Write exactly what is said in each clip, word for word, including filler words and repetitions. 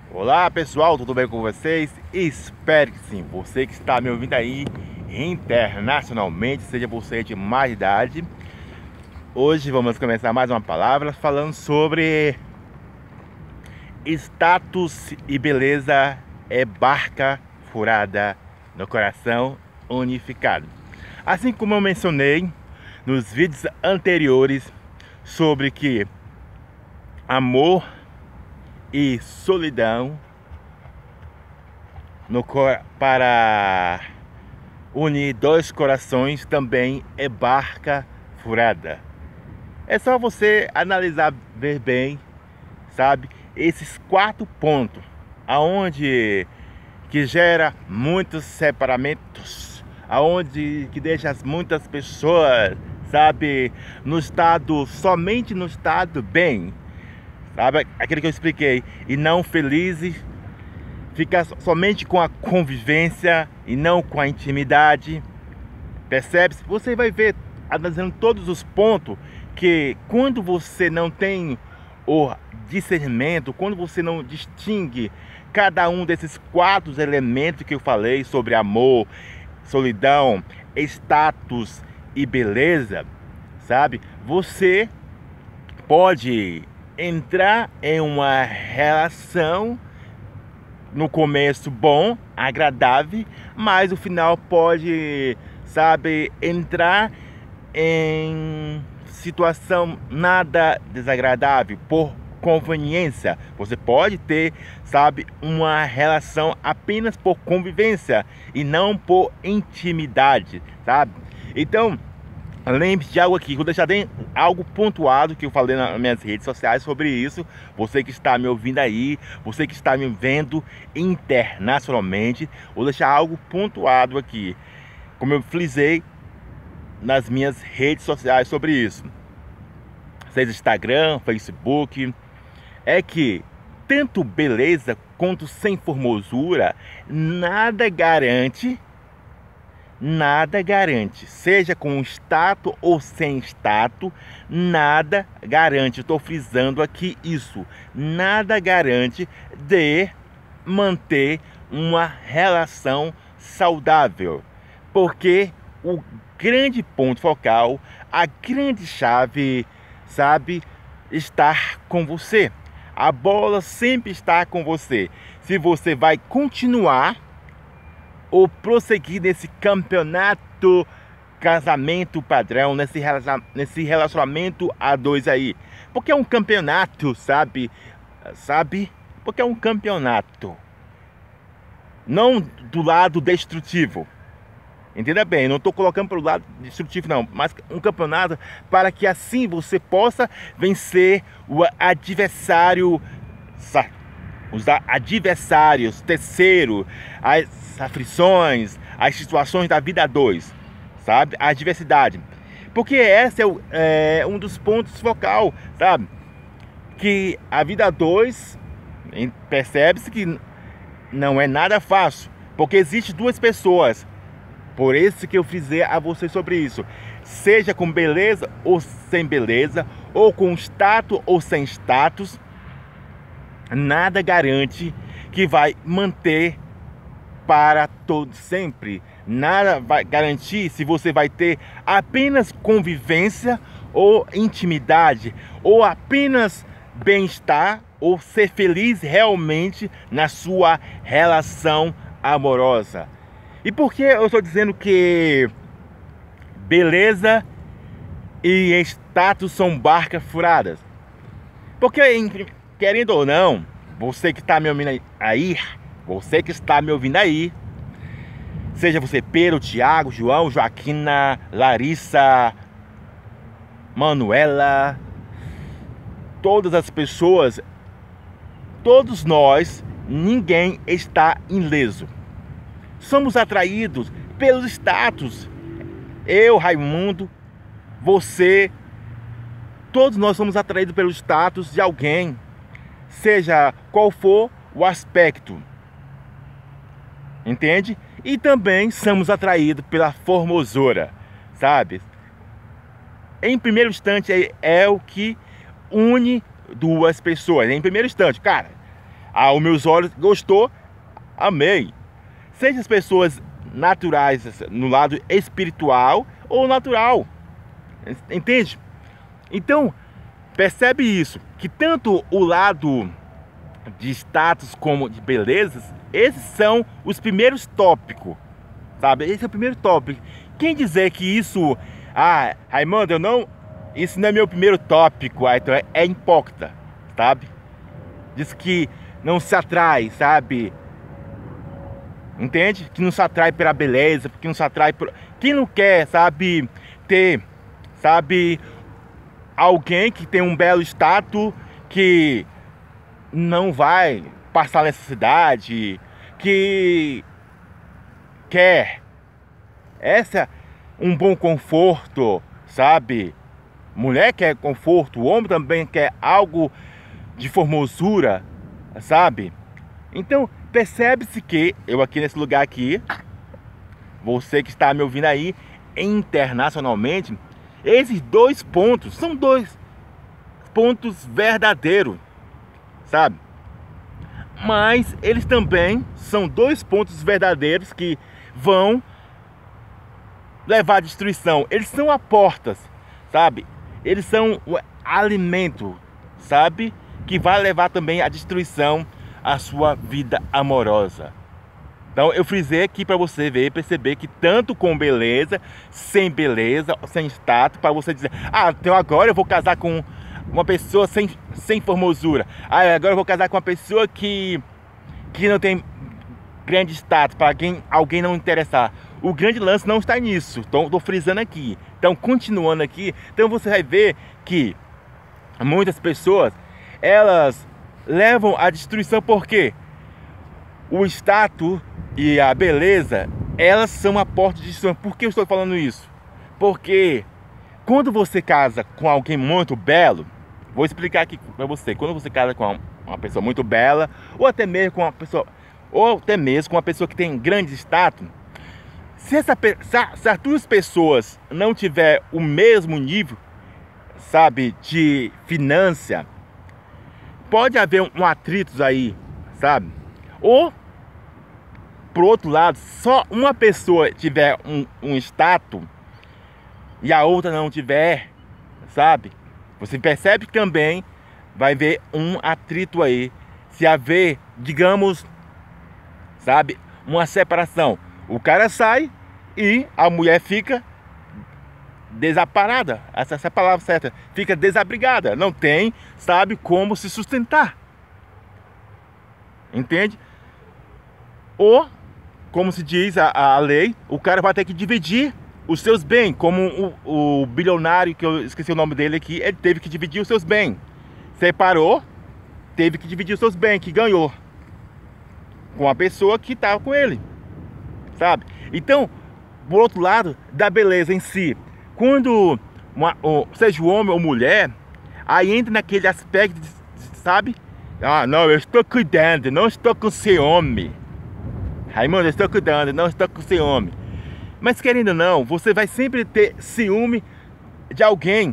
Olá pessoal, tudo bem com vocês? Espero que sim. Você que está me ouvindo aí internacionalmente, seja você de mais idade. Hoje vamos começar mais uma palavra falando sobre status e beleza é barca furada no coração unificado. Assim como eu mencionei nos vídeos anteriores sobre que amor e solidão no cor para unir dois corações também é barca furada. É só você analisar, ver bem, sabe, esses quatro pontos aonde que gera muitos separamentos, aonde que deixa muitas pessoas, sabe, no estado, somente no estado bem, sabe, aquilo que eu expliquei, e não felizes, fica somente com a convivência e não com a intimidade. Percebe-se? Você vai ver, analisando todos os pontos, que quando você não tem o discernimento, quando você não distingue cada um desses quatro elementos que eu falei sobre amor, solidão, status e beleza, sabe, você pode entrar em uma relação no começo bom, agradável, mas o final pode, sabe, entrar em situação nada desagradável por conveniência. Você pode ter, sabe, uma relação apenas por convivência e não por intimidade, sabe? Então, lembre-se de algo aqui, vou deixar bem algo pontuado que eu falei nas minhas redes sociais sobre isso. Você que está me ouvindo aí, você que está me vendo internacionalmente, vou deixar algo pontuado aqui, como eu frisei nas minhas redes sociais sobre isso, seja Instagram, Facebook, é que tanto beleza quanto sem formosura, nada garante Nada garante, seja com status ou sem status, nada garante, estou frisando aqui isso, nada garante de manter uma relação saudável, porque o grande ponto focal, a grande chave, sabe, está com você. A bola sempre está com você. Se você vai continuar ou prosseguir nesse campeonato casamento padrão, nesse nesse relacionamento a dois aí, porque é um campeonato, sabe, sabe, porque é um campeonato, não do lado destrutivo, entenda bem, não estou colocando para o lado destrutivo não, mas um campeonato para que assim você possa vencer o adversário, sabe? Os adversários, terceiro, as aflições, as situações da vida a dois, sabe? A adversidade. Porque esse é, o, é um dos pontos focal, sabe? Que a vida a dois, percebe-se que não é nada fácil. Porque existe duas pessoas. Por isso que eu frisei a você sobre isso. Seja com beleza ou sem beleza, ou com status ou sem status, nada garante que vai manter para todo sempre. Nada vai garantir se você vai ter apenas convivência ou intimidade, ou apenas bem-estar, ou ser feliz realmente na sua relação amorosa. E por que eu estou dizendo que beleza e status são barcas furadas? Porque em querendo ou não, você que está me ouvindo aí, você que está me ouvindo aí, seja você Pedro, Tiago, João, Joaquina, Larissa, Manuela, todas as pessoas, todos nós, ninguém está ileso. Somos atraídos pelos status. Eu, Raimundo, você, todos nós somos atraídos pelo status de alguém, seja qual for o aspecto, entende? E também somos atraídos pela formosura, sabe? Em primeiro instante é, é o que une duas pessoas. Em primeiro instante, cara, Ah, os meus olhos gostou, amei. Seja as pessoas naturais no lado espiritual ou natural, entende? Então, percebe isso, que tanto o lado de status como de belezas, esses são os primeiros tópicos, sabe? Esse é o primeiro tópico. Quem dizer que isso, ah, Raimundo, eu não, isso não é meu primeiro tópico, ah, então é, é hipócrita, sabe? Diz que não se atrai, sabe? Entende? Que não se atrai pela beleza, que não se atrai por... Quem não quer, sabe, ter, sabe, alguém que tem um belo status, que não vai passar necessidade, que quer essa um bom conforto, sabe? Mulher quer conforto, o homem também quer algo de formosura, sabe? Então, percebe-se que eu aqui nesse lugar aqui, você que está me ouvindo aí internacionalmente, esses dois pontos são dois pontos verdadeiros, sabe? Mas eles também são dois pontos verdadeiros que vão levar à destruição. Eles são a portas, sabe? Eles são o alimento, sabe? Que vai levar também à destruição a sua vida amorosa. Então eu frisei aqui para você ver e perceber que tanto com beleza, sem beleza, sem status, para você dizer, ah, então agora eu vou casar com uma pessoa sem, sem formosura, ah, agora eu vou casar com uma pessoa que, que não tem grande status, para alguém, alguém não interessar. O grande lance não está nisso, então estou frisando aqui. Então continuando aqui, então você vai ver que muitas pessoas, elas levam à destruição porque o status e a beleza, elas são a porta de destruição. Por que eu estou falando isso? Porque quando você casa com alguém muito belo, vou explicar aqui para você, quando você casa com uma pessoa muito bela, ou até mesmo com uma pessoa, ou até mesmo com uma pessoa que tem grande status, se, essa, se as duas pessoas não tiver o mesmo nível, sabe, de finança, pode haver um, um atrito aí, sabe? Ou, por outro lado, só uma pessoa tiver um, um status e a outra não tiver, sabe? Você percebe que também vai haver um atrito aí. Se haver, digamos, sabe, uma separação. O cara sai e a mulher fica desamparada, essa é a palavra certa, fica desabrigada, não tem, sabe, como se sustentar, entende? Ou, como se diz a, a lei, o cara vai ter que dividir os seus bens, como o, o bilionário, que eu esqueci o nome dele aqui, ele teve que dividir os seus bens, separou, teve que dividir os seus bens, que ganhou, com a pessoa que estava com ele, sabe? Então, por outro lado, da beleza em si, quando, uma, seja homem ou mulher, aí entra naquele aspecto, de, sabe? Ah, não, eu estou cuidando, não estou com ciúme. Raimundo, eu estou cuidando, não estou com ciúme. Mas querendo ou não, você vai sempre ter ciúme de alguém.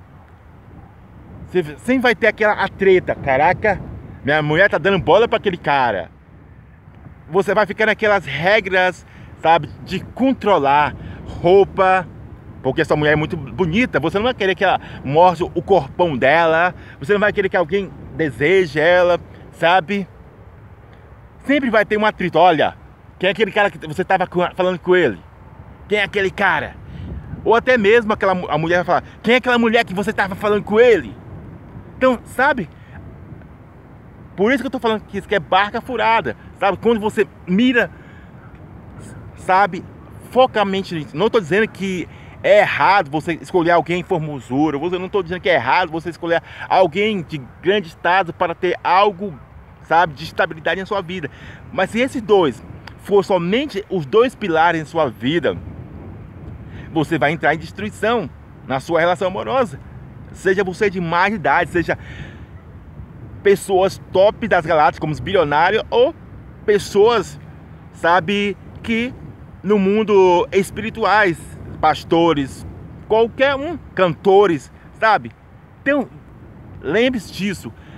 Você sempre vai ter aquela treta. Caraca, minha mulher tá dando bola para aquele cara. Você vai ficar naquelas regras, sabe, de controlar roupa, porque essa mulher é muito bonita, você não vai querer que ela mostre o corpão dela, você não vai querer que alguém deseje ela, sabe? Sempre vai ter um atrito. Olha, quem é aquele cara que você estava falando com ele? Quem é aquele cara? Ou até mesmo aquela, a mulher vai falar, quem é aquela mulher que você estava falando com ele? Então, sabe? Por isso que eu estou falando que isso que é barca furada, sabe? Quando você mira, sabe, focamente nisso. Não estou dizendo que é errado você escolher alguém em formosura, eu não estou dizendo que é errado você escolher alguém de grande estado para ter algo, sabe, de estabilidade na sua vida. Mas se esses dois for somente os dois pilares em sua vida, você vai entrar em destruição na sua relação amorosa. Seja você de mais idade, seja pessoas top das galáxias, como os bilionários, ou pessoas, sabe, que no mundo espirituais, pastores, qualquer um, cantores, sabe? Então, lembre-se disso.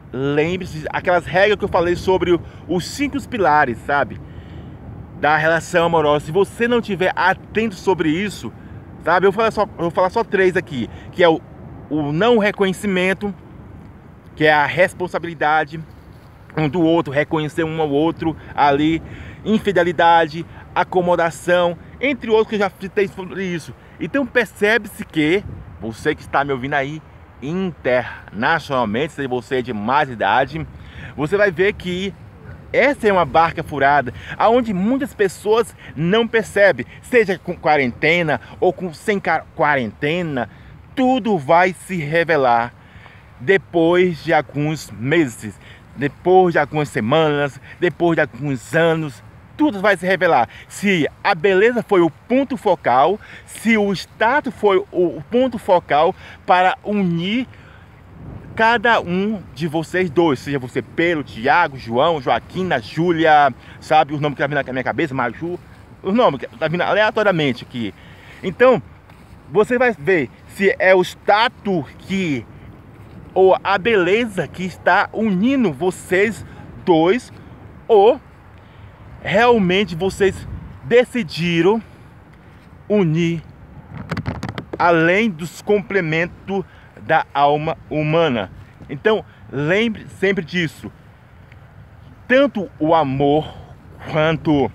lembre-se aquelas regras que eu falei sobre o, os cinco pilares, sabe, da relação amorosa. Se você não tiver atento sobre isso, sabe, eu vou falar só, eu vou falar só três aqui, que é o, o não reconhecimento, que é a responsabilidade um do outro, reconhecer um ao outro ali, infidelidade, acomodação, entre outros que eu já citei sobre isso. Então percebe-se que você que está me ouvindo aí internacionalmente, se você é de mais idade, você vai ver que essa é uma barca furada, aonde muitas pessoas não percebem, seja com quarentena ou com sem quarentena, tudo vai se revelar depois de alguns meses, depois de algumas semanas, depois de alguns anos. Tudo vai se revelar. Se a beleza foi o ponto focal, se o status foi o ponto focal para unir cada um de vocês dois, seja você Pedro, Tiago, João, Joaquina, Júlia, sabe os nomes que tá vindo na minha cabeça, Maju, os nomes que tá vindo aleatoriamente aqui. Então, você vai ver se é o status que ou a beleza que está unindo vocês dois, ou realmente vocês decidiram unir além dos complementos da alma humana. Então lembre sempre disso. Tanto o amor quanto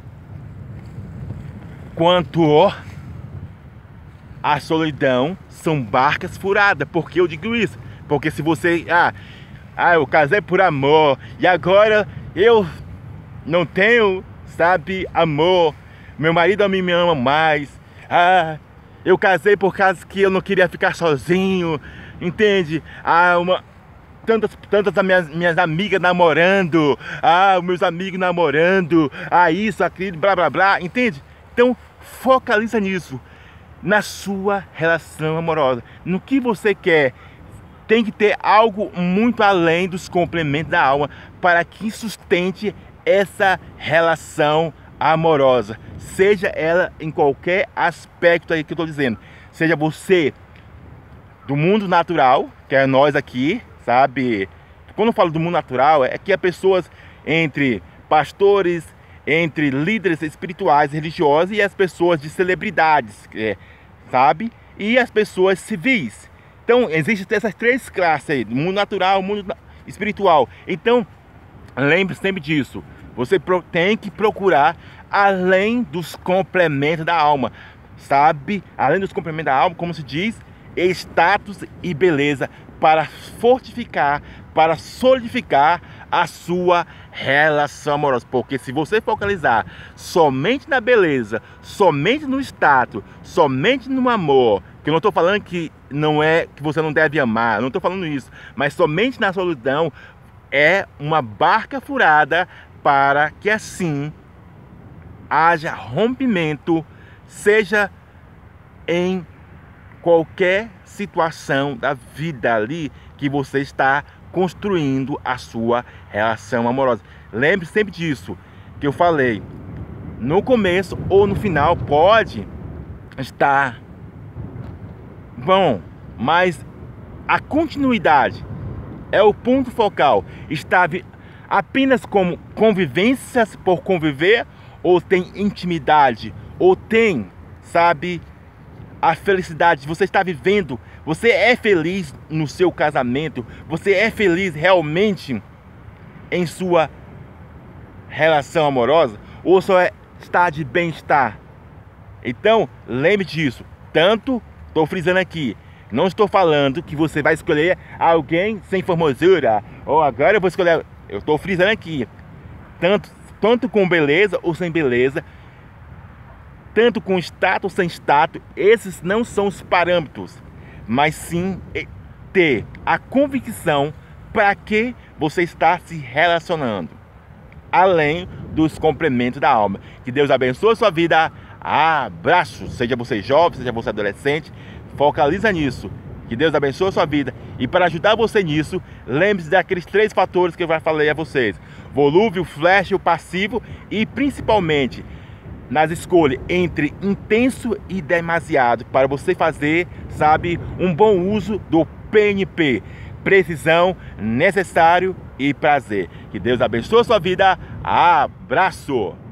quanto a solidão são barcas furadas. Por que eu digo isso? Porque se você ah, ah eu casei por amor e agora eu não tenho, sabe, amor, meu marido não me ama mais, ah, eu casei por causa que eu não queria ficar sozinho, entende? Ah, uma, tantas, tantas das minhas, minhas amigas namorando, ah, meus amigos namorando, ah, isso, aquilo, blá, blá, blá, entende? Então, focaliza nisso, na sua relação amorosa, no que você quer. Tem que ter algo muito além dos complementos da alma para que sustente essa relação amorosa, seja ela em qualquer aspecto aí que eu estou dizendo, seja você do mundo natural, que é nós aqui, sabe? Quando eu falo do mundo natural, é que há pessoas entre pastores, entre líderes espirituais, religiosos e as pessoas de celebridades, é, sabe? E as pessoas civis. Então, existem essas três classes aí, do mundo natural, mundo espiritual. Então, lembre sempre disso. Você tem que procurar além dos complementos da alma, sabe? Além dos complementos da alma, como se diz, status e beleza, para fortificar, para solidificar a sua relação amorosa. Porque se você focalizar somente na beleza, somente no status, somente no amor, que eu não estou falando que não é que você não deve amar, não estou falando isso, mas somente na solidão, é uma barca furada para que assim haja rompimento, seja em qualquer situação da vida ali que você está construindo a sua relação amorosa. Lembre sempre disso que eu falei. No começo ou no final pode estar bom, mas a continuidade é o ponto focal. Está apenas como convivências por conviver, ou tem intimidade, ou tem, sabe, a felicidade. Você está vivendo, você é feliz no seu casamento, você é feliz realmente em sua relação amorosa, ou só é, está de bem-estar? Então, lembre disso. Tanto, estou frisando aqui, não estou falando que você vai escolher alguém sem formosura, ou agora eu vou escolher, eu estou frisando aqui, tanto, tanto com beleza ou sem beleza, tanto com status ou sem status, esses não são os parâmetros, mas sim ter a convicção para que você está se relacionando, além dos complementos da alma. Que Deus abençoe a sua vida. Abraço, seja você jovem, seja você adolescente, focaliza nisso. Que Deus abençoe a sua vida. E para ajudar você nisso, lembre-se daqueles três fatores que eu já falei a vocês: volúvel, flash, o passivo, e principalmente nas escolhas entre intenso e demasiado, para você fazer, sabe, um bom uso do P N P. Precisão, necessário e prazer. Que Deus abençoe a sua vida. Abraço!